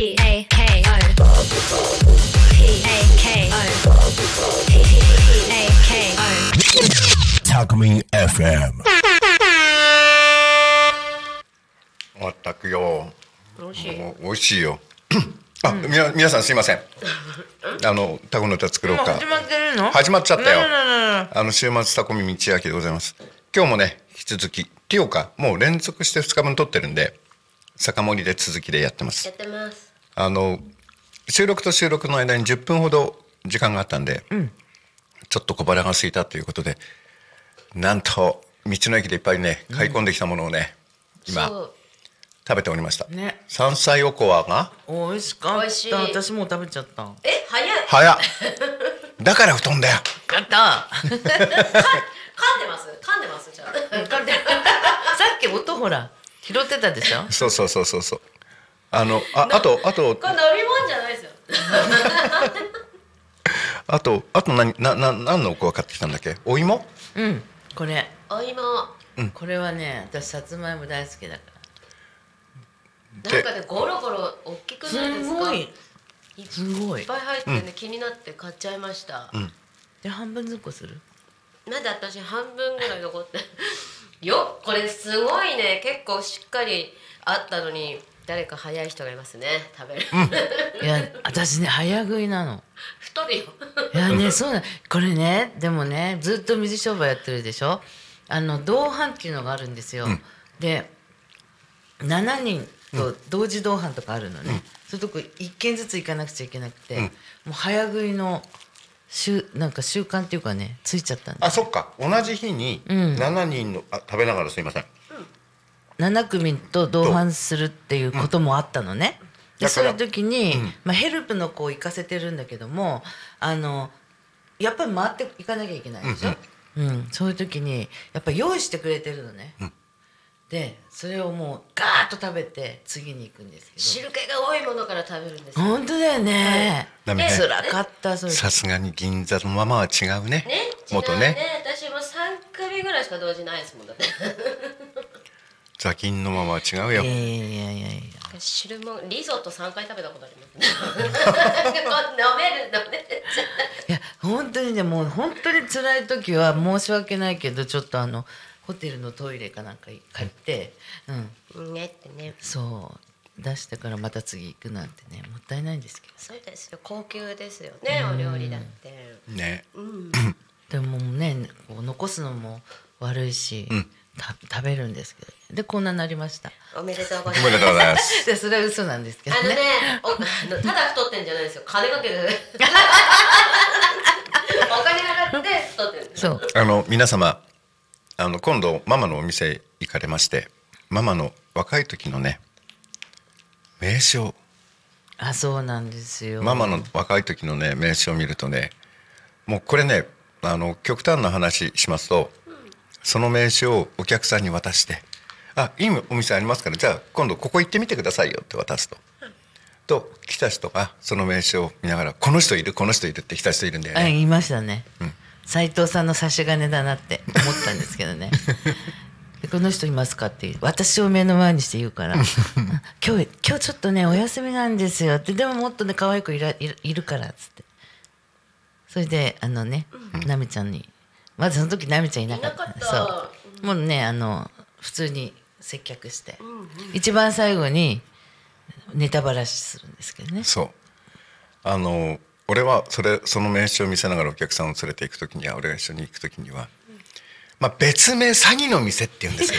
タクミン FM。 まったくよ。 美味しい。 もう美味しいよ。あ、皆さんすいません。タコの歌作ろうか。 始まってるの？ 始まっちゃったよ。 な週末タコミ道明でございます。今日もね引き続きっていうかもう連続して2日分撮ってるんで酒盛りで続きでやってます。 やってます。 収録と収録の間に10分ほど時間があったんで、ちょっと小腹が空いたということで、なんと道の駅でいっぱいね買い込んできたものをね、今食べておりました。 ね。 山菜おこわが美味しかっ美味しいた。私もう食べちゃった。 早い。 早っ。だから太んだよ。 やった。 噛んでますじゃあ。 さっき音ほら拾ってたでしょ。 そう。あとこれ飲み物じゃないですよ。 あと何のおこわ買ってきたんだっけ？お芋？ これ。 お芋。 これはね、私さつまいも大好きだから。 なんかねゴロゴロ大きくないですか？ すごい。 いっぱい入ってね、気になって買っちゃいました。 で半分ずつする？ まだ私半分ぐらい残ってよ。これすごいね、結構しっかりあったのに誰か早い人がいますね、食べる。 いや私ね早食いなの。 太るよ。 いやねそうだ。これねでもねずっと水商売やってるでしょ。同伴っていうのがあるんですよ。で7人と同時同伴とかあるのね。そういうとこ1軒ずつ行かなくちゃいけなくて、もう早食いのなんか習慣っていうかねついちゃったんで。 あ、そっか。同じ日に7人の食べながらすいません。 7組と同伴するっていうこともあったのね。でそういう時に、ヘルプの子を行かせてるんだけどもやっぱり回っていかなきゃいけないでしょ。そういう時にやっぱり用意してくれてるのね。でそれをもうガーッと食べて次に行くんですけど。 汁気が多いものから食べるんですよ。 本当だよね。 ダメね。 辛かったそれ。 さすがに銀座のままは違うね。元ね。 ね。 私も3組ぐらいしか同時ないですもんだって。 座金のままは違うよ。 いや。 汁もリゾット3回食べたことあります。飲めるのね。 いや本当にねもう本当に辛い時は申し訳ないけどちょっとホテルのトイレかなんか借りて、 ねってね。 そう出してからまた次行くなんてねもったいないんですけど。 そうですよ、高級ですよね、お料理だってね。 でもねこう残すのも悪いし、食べるんですけどでこんなになりました。 おめでとうございます。 おめでとうございます。 でそれは嘘なんですけどね。 ただ太ってんじゃないですよ、金かけてお金かかって太ってるんですよ。 そう皆様今度ママのお店行かれまして、ママの若い時のね名刺をそうなんですよ。 ママの若い時のね名刺を見るとね、もうこれね極端な話しますと、その名刺をお客さんに渡して、いいお店ありますからじゃあ今度ここ行ってみてくださいよって渡すと、来た人がその名刺を見ながらこの人いるって来た人いるんだよね。 言いましたね。斉藤さんの差し金だなって思ったんですけどね。でこの人いますかって私を目の前にして言うから今日ちょっとねお休みなんですよって、でももっとね可愛い子いるからっつって、それでなみちゃんに、まずその時なみちゃんいなかった。そうもうね普通に接客して、一番最後にネタばらしするんですけどね。 そう俺はその名刺を見せながらお客さんを連れて行く時には、俺が一緒に行く時には、別名詐欺の店って言うんですよ。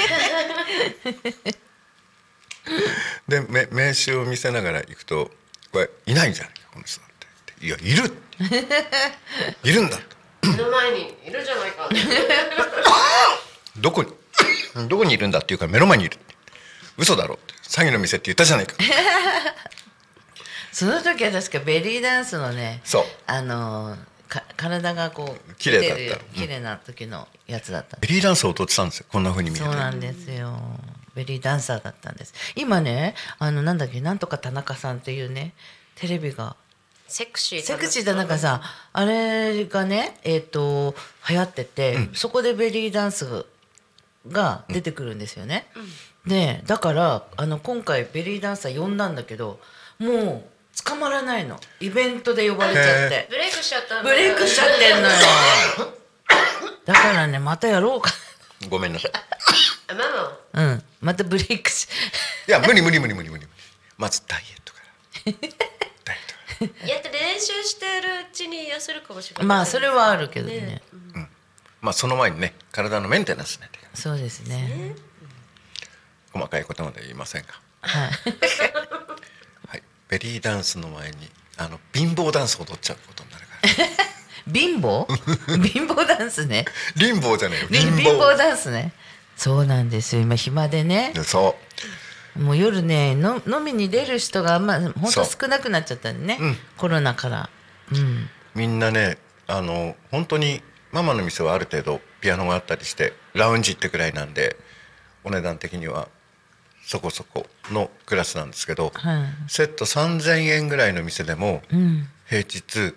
で名刺を見せながら行くと、これいないじゃないかこの人って、いやいるいるんだと、 目の前にいるじゃないか。 どこにいるんだっていうから、目の前にいる、嘘だろって、詐欺の店って言ったじゃないか。 その時は確かベリーダンスのね、 そう体がこう綺麗だった、 綺麗な時のやつだった。 ベリーダンスを踊ってたんですよ、こんな風に見えて。 そうなんですよ、ベリーダンサーだったんです。今ねなんだっけ、なんとか田中さんっていうねテレビがセクシー田中さん、あれがね流行ってて、そこでベリーダンスが出てくるんですよね。でだから今回ベリーダンサー呼んだんだけど、 もう捕まらないの。イベントで呼ばれちゃってブレイクしちゃったんだ。 ブレイクしちゃってんのよ。だからねまたやろうか。 ごめんなさい。 ママうん、またブレイクし。 いや無理。まずダイエットからダイエットからやって練習してるうちに痩せるかもしれない。 まあそれはあるけどね。 まあその前にね体のメンテナンスね。 そうですね。 細かいことまでは言いませんが、 はい。 はい、ベリーダンスの前に貧乏ダンスを踊っちゃうことになるから貧乏？貧乏ダンスね。 貧乏じゃないよ貧乏ダンスね。そうなんですよ。今暇でね。 そもう夜ね飲みに出る人が本当少なくなっちゃったんでね。 うんコロナから。うん。 うみんなね本当にママの店はある程度ピアノがあったりしてラウンジってくらいなんでお値段的にはそこそこのクラスなんですけど、 はい。 セット3000円ぐらいの店でもうん。 平日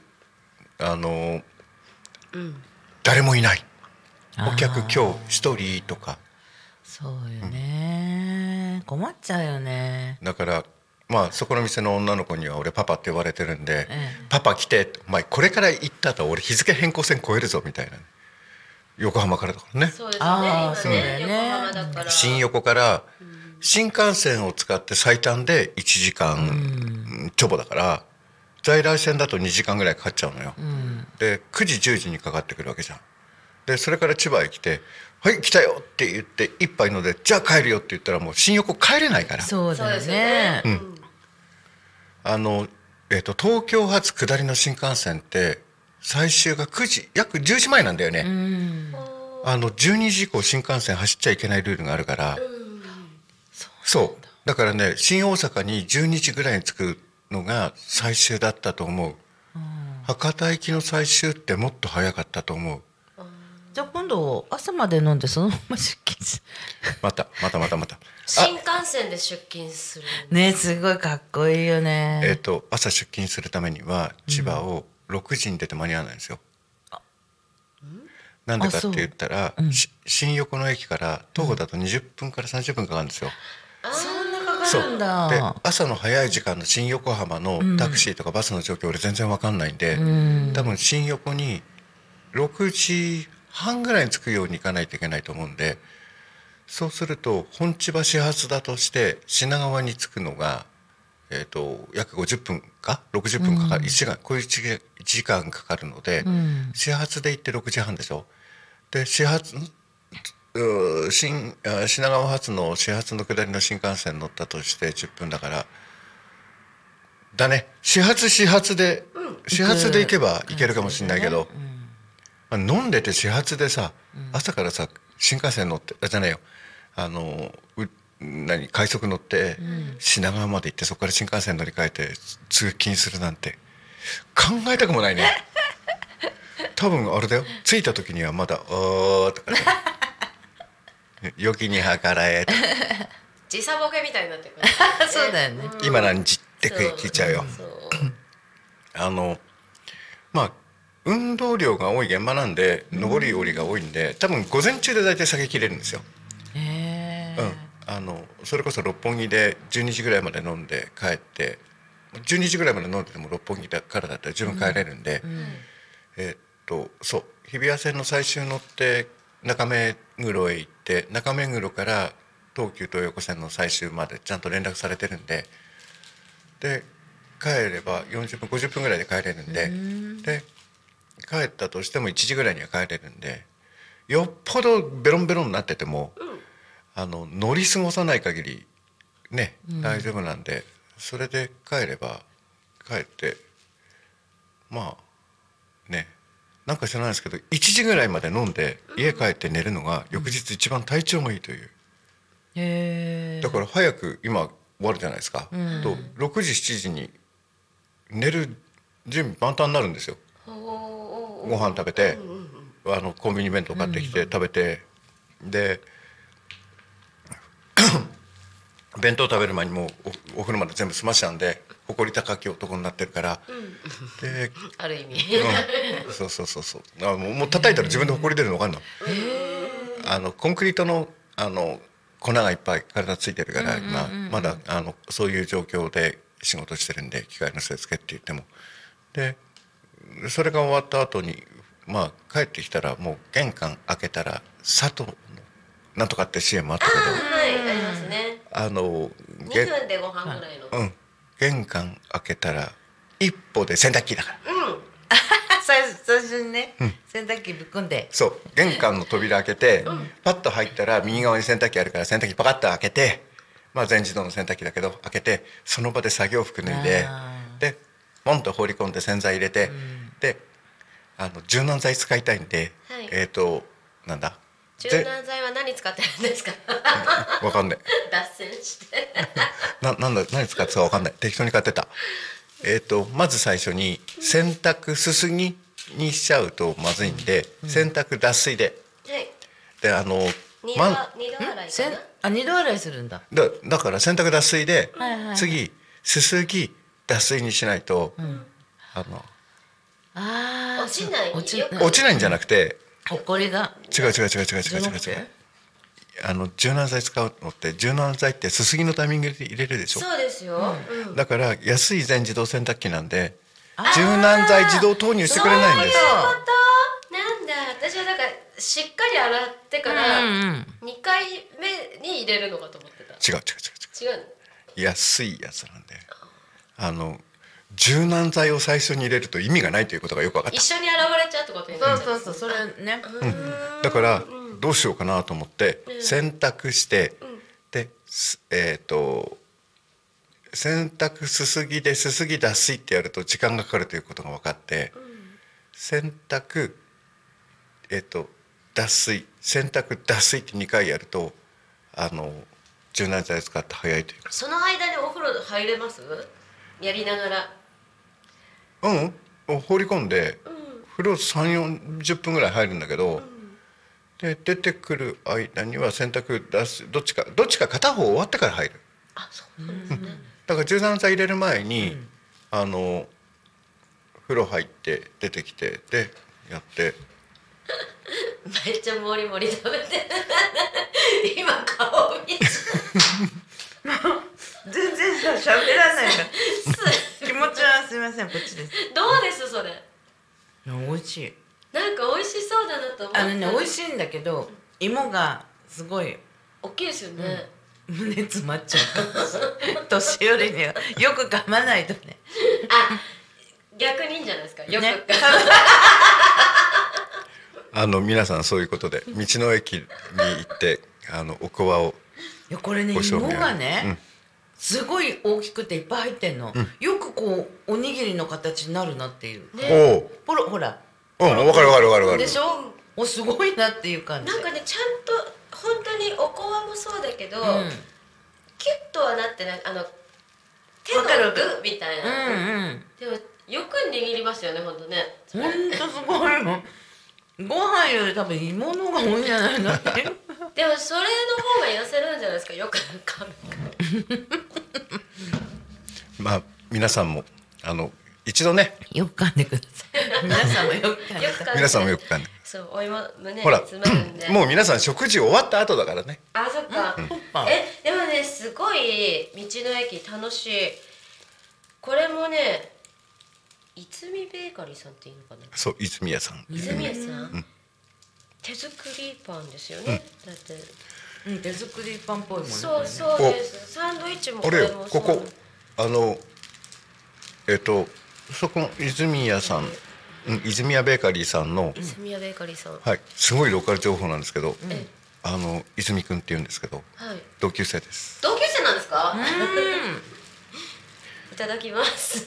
誰もいないお客今日1人とかそうよね。困っちゃうよね。 だからまあそこの店の女の子には俺パパって呼ばれてるんで、 ええパパ来てお前これから行ったと俺日付変更線超えるぞみたいな横浜からだからねそうですね。 あー今ねそうだよね横浜だから。 新横から新幹線を使って最短で1時間ちょぼだから在来線だと2時間ぐらいかかっちゃうのよ、で9時10時にかかってくるわけじゃん。でそれから千葉へ来て「はい来たよ」って言って一杯飲んで「じゃあ帰るよ」って言ったらもう新横帰れないからそうだよそうですよねね。。 東京発下りの新幹線って最終が9時約10時前なんだよね、12時以降新幹線走っちゃいけないルールがあるから、そうだからね新大阪に12時ぐらいに着くのが最終だったと思う、博多行きの最終ってもっと早かったと思う。 じゃあ今度朝まで飲んでそのまま出勤すまた新幹線で出勤する。 ね。すごいかっこいいよね。 朝出勤するためには千葉を6時に出て間に合わないんですよ、なんでかって言ったら、新横の駅から徒歩だと20分から30分かかるんですよ、 そんなかかそうるんでだ。 朝の早い時間の新横浜のタクシーとかバスの状況俺全然わかんないんで、多分新横に6時半ぐらいに着くように行かないといけないと思うんで、そうすると本千葉始発だとして品川に着くのが、約50分か60分かかる、1時間こういう1時間かかるので、始発で行って6時半でしょ。で品川発の始発の下りの新幹線乗ったとして10分だからだね。始発で行けば行けるかもしれないけど、飲んでて始発でさ、朝からさ新幹線乗ってじゃないよ快速乗って、品川まで行ってそこから新幹線乗り換えて通勤するなんて考えたくもないね。多分あれだよ、着いた時にはまだ「おー」とかね「良きに計らえ」とか時差ボケみたいになってくる、 そうだよね。 「今何時」って聞いちゃうよ。まあ運動量が多い現場なんで上り下りが多いんで多分午前中で大体酒切れるんですよ。それこそ六本木で12時ぐらいまで飲んで帰って12時ぐらいまで飲んでても六本木からだったら十分帰れるんで、そう日比谷線の最終乗って中目黒へ行って中目黒から東急東横線の最終までちゃんと連絡されてるんで、で帰れば40分50分ぐらいで帰れるんで、で帰ったとしても1時ぐらいには帰れるんで、よっぽどベロンベロンになってても、乗り過ごさない限りね、大丈夫なんでそれで帰れば帰ってまあねなんか知らないですけど1時ぐらいまで飲んで家帰って寝るのが翌日一番体調がいいという、だから早く今終わるじゃないですか、と6時7時に寝る準備万端になるんですよ。ご飯食べて、コンビニ弁当買ってきて食べて、で弁当食べる前にもう お風呂まで全部済ましちゃうんで誇り高き男になってるから、である意味、 そうもう叩いたら自分で誇り出るの分かんの、コンクリートの粉がいっぱい体ついてるから、今まだそういう状況で仕事してるんで機械の設計って言っても。でそれが終わった後にまあ帰ってきたらもう玄関開けたら佐藤のなんとかって CM あったけど、 はいありますね。2分でご飯ぐらいの。 玄関開けたら一歩で洗濯機だから。 最初にね、洗濯機ぶっ込んで。 そう玄関の扉開けて、パッと入ったら右側に洗濯機あるから洗濯機パカッと開けて、まあ全自動の洗濯機だけど開けてその場で作業服脱いで、でポンと放り込んで洗剤入れて、で柔軟剤使いたいんで、なんだ柔軟剤は何使ってるんですか？ わかんない脱線してなんだ何使ってたかわかんない、適当に買ってた。まず最初に洗濯すすぎにしちゃうとまずいんで、洗濯脱水で、で二度洗いかな。 二度洗いするんだ。 だから洗濯脱水で、次すすぎ脱水にしないと、 落ちない。 落ちないんじゃなくて、 ほこりが違う柔軟剤使うのって柔軟剤ってすすぎのタイミングで入れるでしょ。 そうですよ、 だから安い全自動洗濯機なんで柔軟剤自動投入してくれないんです。 なんだ、私はだからしっかり洗ってから2回目に入れるのかと思ってた。 違う違う安いやつなんで、柔軟剤を最初に入れると意味がないということがよく分かった。 一緒に洗われちゃうってことですね。 そうそれね、 だからどうしようかなと思って洗濯して、で洗濯すすぎですすぎ脱水ってやると時間がかかるということが分かって、洗濯脱水洗濯脱水って2回やると柔軟剤使って早いというか。 その間にお風呂入れます？やりながら。 放り込んで、風呂3、40分ぐらい入るんだけど、で出てくる間には洗濯出すどっちか片方終わってから入る。 そうなんですね。 だから柔軟剤入れる前に、風呂入って出てきてでやってめっちゃもりもり食べて今顔見ちゃ全然さ喋らないから気持ちはすみません、こっちです。 どうですそれ？ 美味しい。 なんか美味しそうだなと思って。 美味しいんだけど芋がすごい大きいですよね。 胸詰まっちゃうかもしれない。年寄りにはよく噛まないとね。 逆にいいんじゃないですか。よくね皆さんそういうことで道の駅に行っておこわをこれね芋がね、すごい大きくていっぱい入ってんの、よくこうおにぎりの形になるなっていう、ほらわかるでしょ。すごいなっていう感じ。 なんかねちゃんと本当におこわもそうだけど、キュッとはなってない手の具みたいな、でもよく握りますよね本当ね。 本当すごいの。ご飯より多分芋の方が多いんじゃないのって。 でもそれの方が痩せるんじゃないですか。よく噛むまあ皆さんも一度ねよく噛んでください。皆さんもよく噛んでください。 皆さんもよく噛んで。 そうお芋胸にほら詰まるんでもう皆さん食事終わった後だからね。 そっか、でもねすごい道の駅楽しい。これもね泉ベーカリーさんっていいのかな。 そう泉屋さん。 泉屋さん、手作りパンですよね、だって手作りパンっぽいもんね。 そうです。サンドイッチもこれもそう。 こそこの泉屋さん、泉屋ベーカリーさんの泉屋ベーカリーさん、 すごいローカル情報なんですけど、泉くんって言うんですけど、同級生です。 同級生なんですか？いただきます。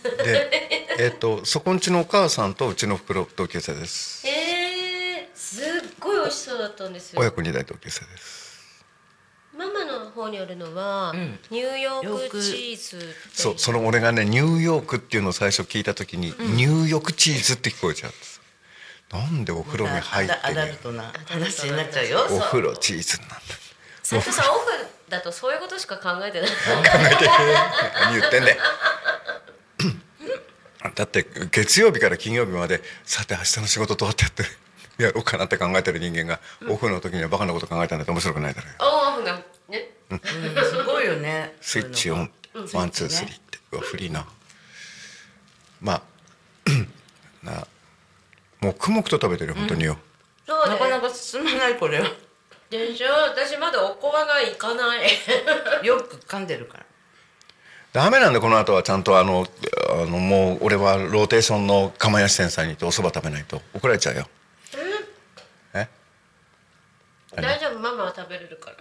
で、そこんちのお母さんとうちの袋同級生です。 すっごい美味しそうだったんですよ。 親子2代同級生です。 ママの方にあるのは、ニューヨークチーズって。 その俺がねニューヨークっていうのを最初聞いた時に、ニューヨークチーズって聞こえちゃうんです。なんでお風呂に入ってアダルトな話になっちゃうよ。 お風呂チーズなんだ。 斉藤さんオフだとそういうことしか考えてない。 何言ってんねん。だって月曜日から金曜日までさて明日の仕事どうやってやろうかなって考えてる人間が、オフの時にはバカなこと考えたんだって面白くないだろうよ。 オフがね、 すごいよね。 スイッチオン、ワンツースリーって。 は古いな。まあもうくもくと食べてる本当によ、 そうねなかなか進まないこれは。 でしょ。私まだおこわがいかないよく噛んでるから。 ダメなんでこの後はちゃんともう俺はローテーションの釜屋支店さんに行ってお蕎麦食べないと怒られちゃうよ。え大丈夫、ママは食べれるから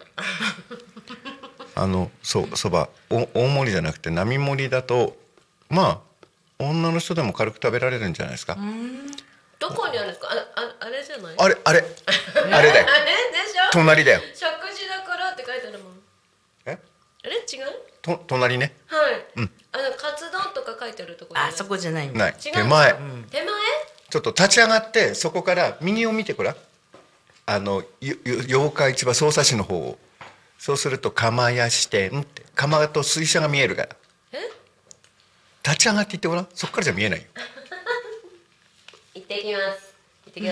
そう蕎麦大盛りじゃなくて並盛りだとまあ女の人でも軽く食べられるんじゃないですか。 どこにあるんですか。あれじゃない。 あれだよあれでしょ。 隣だよ。 食事だからって書いてあるもん。 えあれ違う。 隣ね。 はい。カツ丼とか書いてあるところ。 あそこじゃないんだ。 ない違う。 手前、 手前。 ちょっと立ち上がってそこから右を見てごらん。八日市場匝瑳市の方を。そうすると釜屋支店って釜と水車が見えるから。立ち上がっていってごらん。そこからじゃ見えないよ。 行ってきます。行ってきます。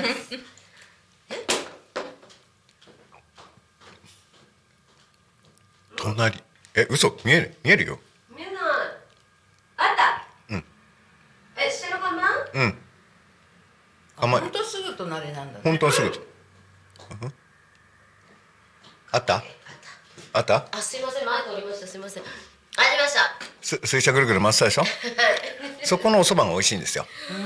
隣。嘘、見えるよ。 見えない。あった。 うん。 白釜。 うん本当すぐ隣なんだね。 本当にすぐ。あったあった。 あ、すいません、前通りました。すいません。ありました。 水車ぐるぐる回ってたでしょそこのお蕎麦が美味しいんですよ。 そば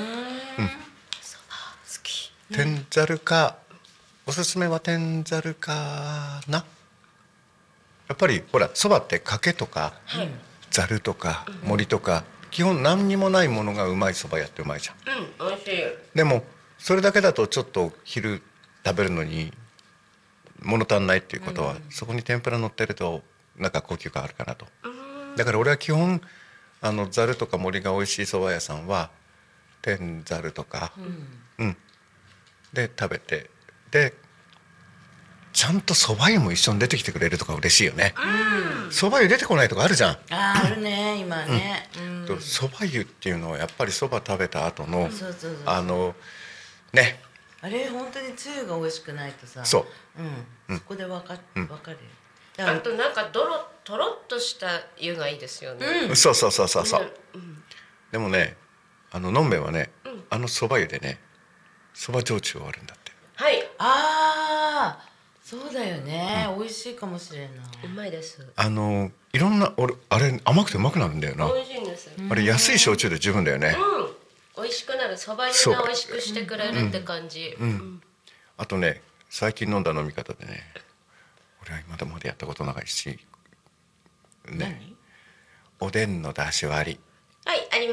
好き。 天ざるか、おすすめは天ざるかな。やっぱりほら蕎麦ってかけとか、ざるとか盛りとか、基本何にもないものがうまい蕎麦屋ってうまいじゃん。 美味しい。 でもそれだけだとちょっと昼食べるのに物足んないっていうことは、そこに天ぷら乗ってるとなんか高級感あるかなと。だから俺は基本ざるとか盛りが美味しい蕎麦屋さんは天ざるとか、で食べて、でちゃんと蕎麦湯も一緒に出てきてくれるとか嬉しいよね。蕎麦湯出てこないとかあるじゃん。 あるね今ね。 蕎麦湯っていうのはやっぱり蕎麦食べた後のそうね。 あれ本当につゆが美味しくないとさ。 そう。 そこでわかるよ。 あとなんかとろっとした湯がいいですよね。 そう。でもね、のんべんはね、蕎麦湯でね、蕎麦焼酎を割るんだって。 はい。 ああ、そうだよね。美味しいかもしれない。 うまいです。 いろんなあれ甘くてうまくなるんだよな。 美味しいんです。 あれ安い焼酎で十分だよね。 美味しくなる。蕎麦湯が美味しくしてくれるって感じ。 あとね、最近飲んだ飲み方でね、俺は今までやったことないしね、おでんの出し割り。 はい、あります。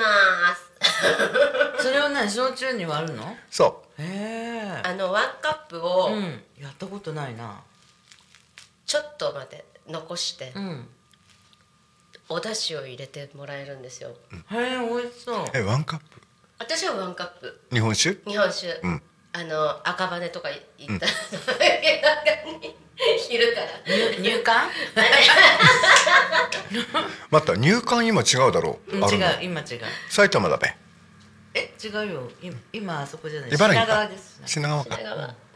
それを何、焼酎に割るの？ そう。 へえ。 ワンカップをやったことないな。 ちょっと待って残して、お出汁を入れてもらえるんですよ。 へえ、美味しそう。 ワンカップ？ 私はワンカップ。 日本酒？ 赤羽とか行った昼から入管？ 待った、入管今違うだろう。 違う、今違う。 埼玉だべ。 違うよ。今あそこじゃない。 茨城品川です。 品川か。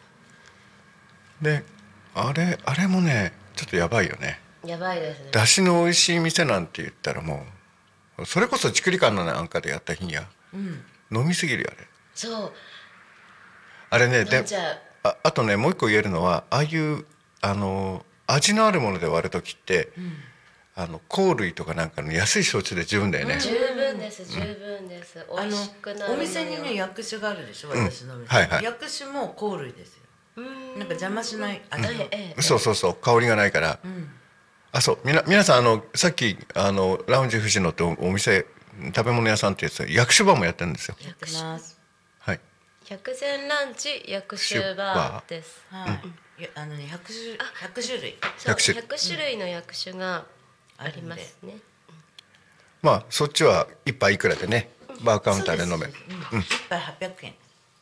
で、あれもね、ちょっとやばいよね。 やばいですね。 出汁の美味しい店なんて言ったらもうそれこそ竹里館のなんかでやった日には、飲みすぎるよあれ。 そう。 あれね、あとね、もう一個言えるのは、ああいう味のあるもので割る時って、香類とかなんかの安い焼酎で十分だよね。 十分です。美味しくなる。 お店にね、薬酒があるでしょ、私の店。薬酒も香類ですよ。なんか邪魔しない味の。 そう、香りがないから。そう、皆さんさっきラウンジ藤野ってお店、食べ物屋さんってやつ、薬酒バーもやってるんですよ。 やってます。 はい。 薬膳ランチ薬酒バーです。 はい。100種類。 100種類の薬酒がありますね。 まあそっちは一杯いくらでね、バーカウンターで飲める。 一杯800円。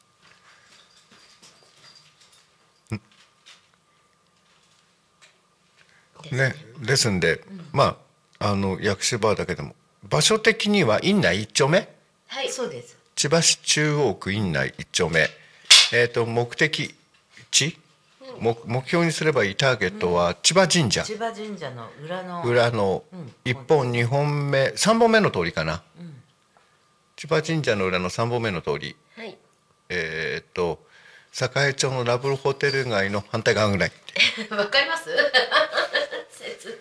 ね、ですんで、まあ薬酒バーだけでも場所的には院内1丁目。 はい、そうです。 千葉市中央区院内1丁目。目的地目標にすればいいターゲットは千葉神社、 千葉神社の裏の1本2本目3本目の通りかな、千葉神社の裏の3本目の通り、 はい。 栄町のラブホテル街の反対側ぐらいわかります？説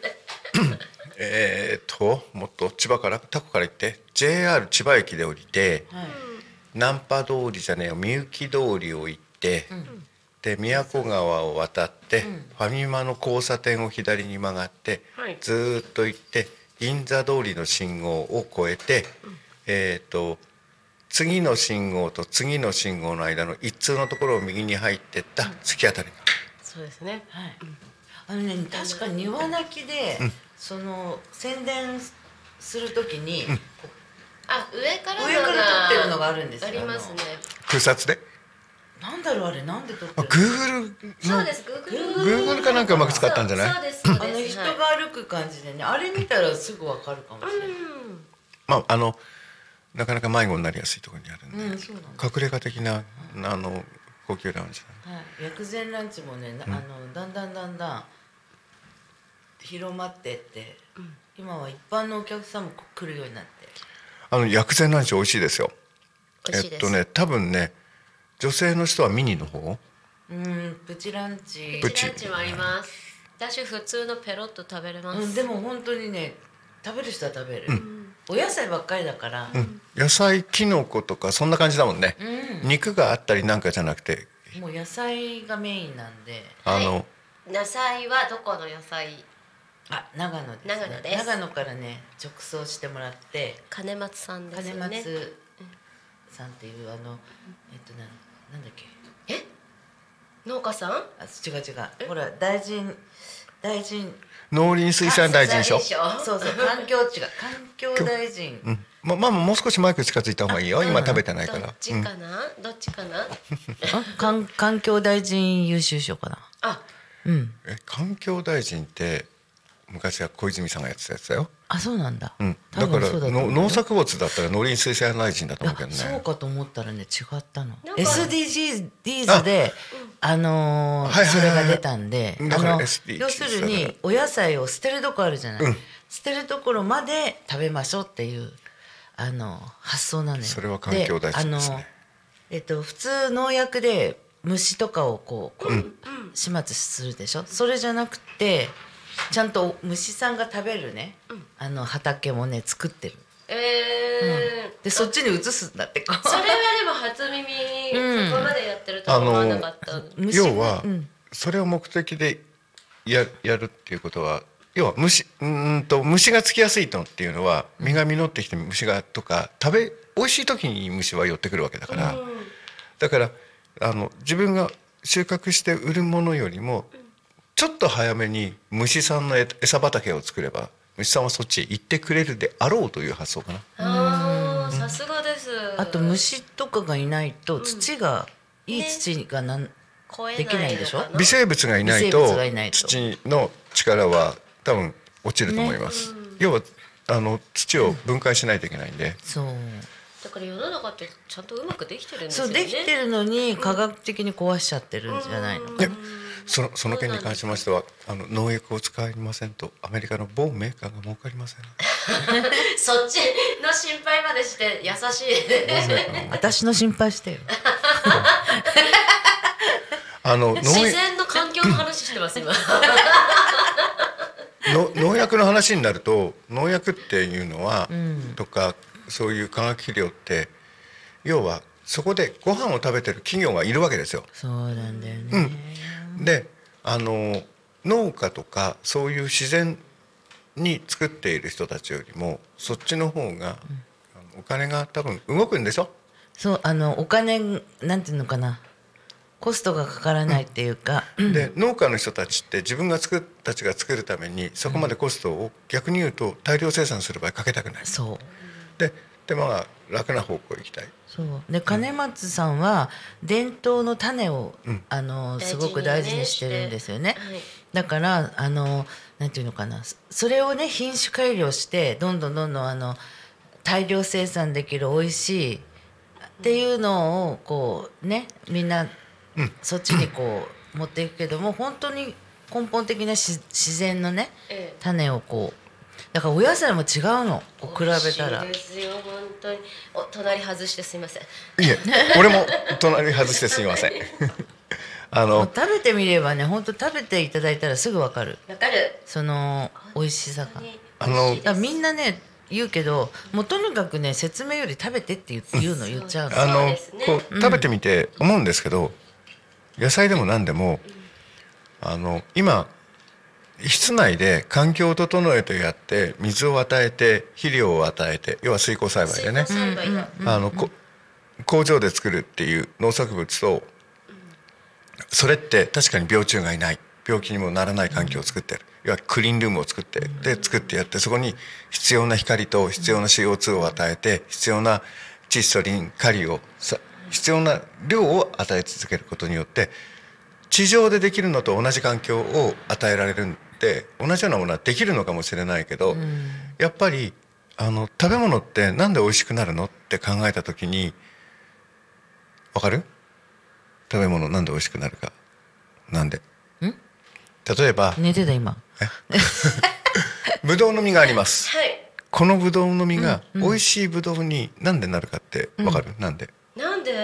明。 もっと千葉からタコから行って JR 千葉駅で降りて、ナンパ通りじゃねえよみゆき通りを行って、で宮古川を渡って、ファミマの交差点を左に曲がって、ずーっと行って銀座通りの信号を越えて、次の信号と次の信号の間の一通のところを右に入ってった突き当たりが、 そうですね。 確か庭泣きで、その宣伝するときに、 あ、上から撮ってるのがあるんですよ。 ありますね。 空撮でなんだろうあれ、なんで撮ってるの？ Google のそうです。 Google かなんかうまく使ったんじゃない？ そうです。そうです。 人が歩く感じでね、あれ見たらすぐわかるかもしれない。 まあなかなか迷子になりやすいところにあるんで、 そうなんだ。 隠れ家的な高級ラウンジだね。 薬膳ランチもね、だんだん広まってって、今は一般のお客さんも来るようになって。 薬膳ランチ美味しいですよ。 美味しいです。 多分ね、女性の人はミニの方。 プチランチ。 プチランチもあります。私普通のペロッと食べれます。 でも本当にね、食べる人は食べる。お野菜ばっかりだから。 野菜、キノコとかそんな感じだもんね。肉があったりなんかじゃなくて。 もう野菜がメインなんで。 野菜はどこの野菜？ 長野ですね。 長野です。 長野からね直送してもらって。 金松さんですよね。 金松さんっていうなんだっけ。 農家さん？ 違う。ほら大臣。 農林水産大臣賞。 そう環境大臣。 まあもう少しマイク近づいた方がいいよ。今食べてないから。 どっちかな？ 環境大臣優秀賞かな。 環境大臣って昔は小泉さんがやってたやつだよ。 そうなんだ。 だから農作物だったら農林水産大臣だと思うけどね。 そうかと思ったらね違ったの。SDGs でそれが出たんで、要するにお野菜を捨てるとこあるじゃない。捨てるところまで食べましょうっていう発想なのよ。 それは環境大臣ですね。 普通農薬で虫とかを始末するでしょ。それじゃなくてちゃんと虫さんが食べるね、畑もね作ってる。でそっちに移すんだって。 それはでも初耳、そこまでやってるとは思わなかった。 要は、それを目的でやるっていうことは、要は虫がつきやすいとっていうのは、実が実ってきて虫がとか美味しい時に虫は寄ってくるわけだから、だから自分が収穫して売るものよりもちょっと早めに虫さんの餌畑を作れば虫さんはそっちへ行ってくれるであろうという発想かな。 さすがです。 あと虫とかがいないと土が、いい土ができないでしょ。 微生物がいないと土の力は多分落ちると思います。要は土を分解しないといけないんで。 そうだから世の中ってちゃんとうまくできてるんですよね。 そうできてるのに科学的に壊しちゃってるんじゃないの。 その件に関しましては農薬を使いませんとアメリカの某メーカーが儲かりません。 そっちの心配までして優しい。 私の心配してよ。 自然の環境の話してます今。 農薬の話になると、農薬っていうのは、とかそういう化学肥料って要はそこでご飯を食べてる企業がいるわけですよ。 そうなんだよね。 で農家とかそういう自然に作っている人たちよりもそっちの方が、お金が多分動くんでしょ。 そうお金なんていうのかな、コストがかからないっていうか、 で農家の人たちって自分たちが作るためにそこまでコストを、逆に言うと大量生産する場合かけたくない。 そうで手間が楽な方向へ行きたい。 そうで金松さんは伝統の種を、すごく大事にしてるんですよね。だからなんていうのかな、それをね品種改良してどんどん大量生産できる美味しいっていうのをこうねみんなそっちにこう持っていくけども、本当に根本的な自然のね、種をこうだからお野菜も違うのこう比べたら。 美味しいですよ本当に。隣外してすみません。 いえ、俺も隣外してすみません。 もう食べてみればね、本当食べていただいたらすぐ分かる。 わかる。 その美味しさが。 あのだからみんなね言うけど、もうとにかくね説明より食べてって言うの言っちゃうの。 そうですねこう食べてみて思うんですけど、野菜でも何でも今室内で環境を整えてやって水を与えて肥料を与えて、要は水耕栽培でね、 水耕栽培だ。 工場で作るっていう農作物と、それって確かに病虫がいない、病気にもならない環境を作ってる、要はクリーンルームを作って作ってやって、そこに必要な光と必要な CO2 を与えて、必要な窒素リンカリを必要な量を与え続けることによって、地上でできるのと同じ環境を与えられるんで、同じようなものはできるのかもしれないけど、やっぱり食べ物ってなんで美味しくなるのって考えた時に、わかる？食べ物なんで美味しくなるか。なんで？例えば寝てた今。 ブドウの実があります。 はい。 このブドウの実が美味しいブドウになんでなるかってわかる？なんで？ なんで？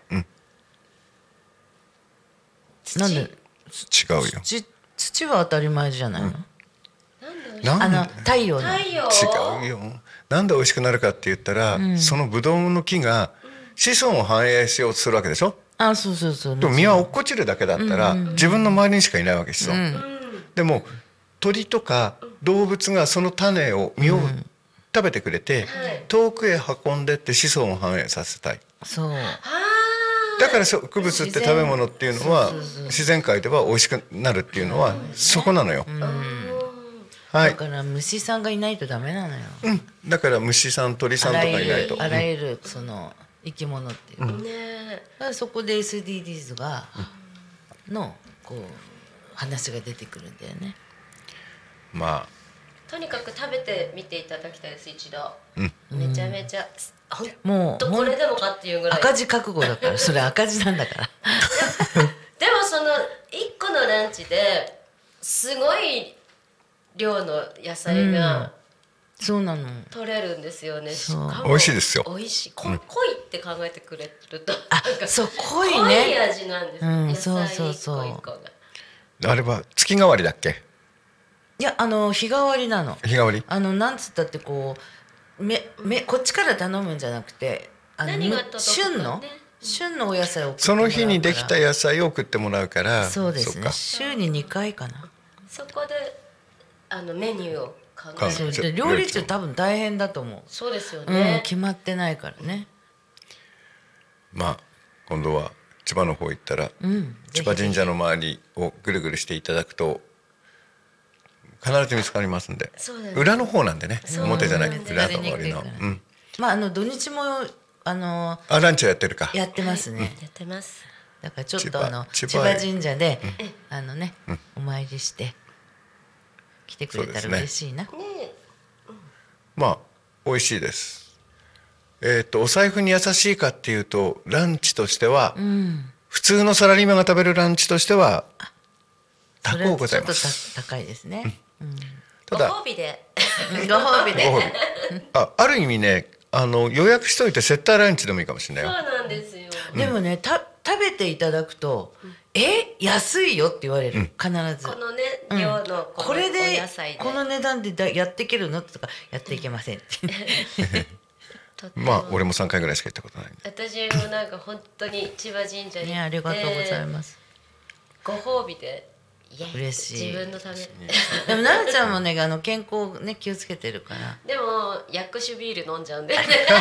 なんで？ 違うよ。 土は当たり前じゃないの？ なんで？ 太陽の。 太陽。 違うよ。なんで美味しくなるかって言ったら、そのブドウの木が子孫を繁栄しようとするわけでしょ。 あ、そうそうそう。 でも実は落っこちるだけだったら、自分の周りにしかいないわけ、子孫。でも鳥とか動物がその種を実を食べてくれて、遠くへ運んでって子孫を繁栄させたい。 そう。 だから植物って食べ物っていうのは自然界では美味しくなるっていうのはそこなのよ。はい。 だから虫さんがいないとダメなのよ。 だから虫さん鳥さんとかいないと。 あらゆるその生き物っていう。 ね。 だからそこで SDGs がのこう話が出てくるんだよね。 まあとにかく食べてみていただきたいです一度。めちゃめちゃもうこれでもかっていうぐらい。 赤字覚悟だから、それ赤字なんだから。 でもその1個のランチですごい量の野菜がそうなの。 取れるんですよね。しかも美味しいですよ。 美味しい。濃いって考えてくれると、なんかそう濃い濃いね。 味なんです。野菜一個一個が。 あれは月替わりだっけ？ いや日替わりなの。 日替わり？ なんつったってこうこっちから頼むんじゃなくて、 何が届くかね。 旬のお野菜を送ってもらうから。 その日にできた野菜を送ってもらうから。 そうですね。 そっか。 週に2回かな。 そこでメニューを考える。 そうで料理中多分大変だと思う。 そうですよね。 決まってないからね。 まあ今度は千葉の方行ったら、千葉神社の周りをぐるぐるしていただくと必ず見つかりますんで。裏の方なんでね、表じゃなくて裏の周りの。 まあ土日もランチをやってるか。 やってますね。 やってます。 だからちょっと千千葉葉神社でお参りして来てくれたら嬉しいな。 まあ美味しいです。お財布に優しいかっていうと、ランチとしては、普通のサラリーマンが食べるランチとしては高うございます。 ちょっと高いですね。 ただご褒美で。 ご褒美で。 ある意味ね、予約しといて接待ランチでもいいかもしれないよ。 そうなんですよ。 でもね、食べていただくと、安いよって言われる、必ず。 このね、量のこれでお野菜でこの値段でやっていけるのとか、やっていけませんってまあ俺も3回ぐらいしか行ったことないんで。 私もなんか本当に千葉神社に行って、 ありがとうございます。 ご褒美で嬉しい。 自分のため。 でも奈々ちゃんもね、健康ね気をつけてるから。 でも薬酒ビール飲んじゃうんで。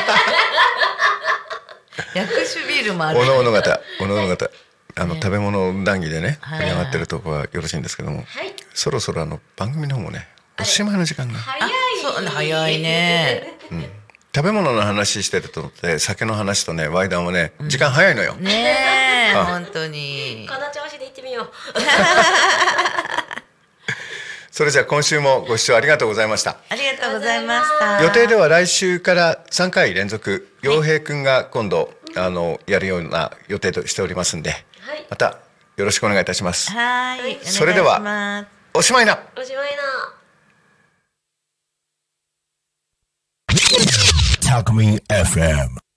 薬酒ビールもある。 おのおの方食べ物談義でね盛り上がってるところはよろしいんですけども、そろそろ番組の方もねおしまいの時間が早いね。 食べ物の話してると酒の話とねワイダンはね時間早いのよ。 ねえ本当に。 この調子で行ってみよう。 それじゃあ今週もご視聴ありがとうございました。 ありがとうございました。 予定では来週から3回連続、陽平くんが今度やるような予定としておりますんで、またよろしくお願いいたします。 はい、 それではお願いします。 おしまいな。 おしまいな。 Talk Me FM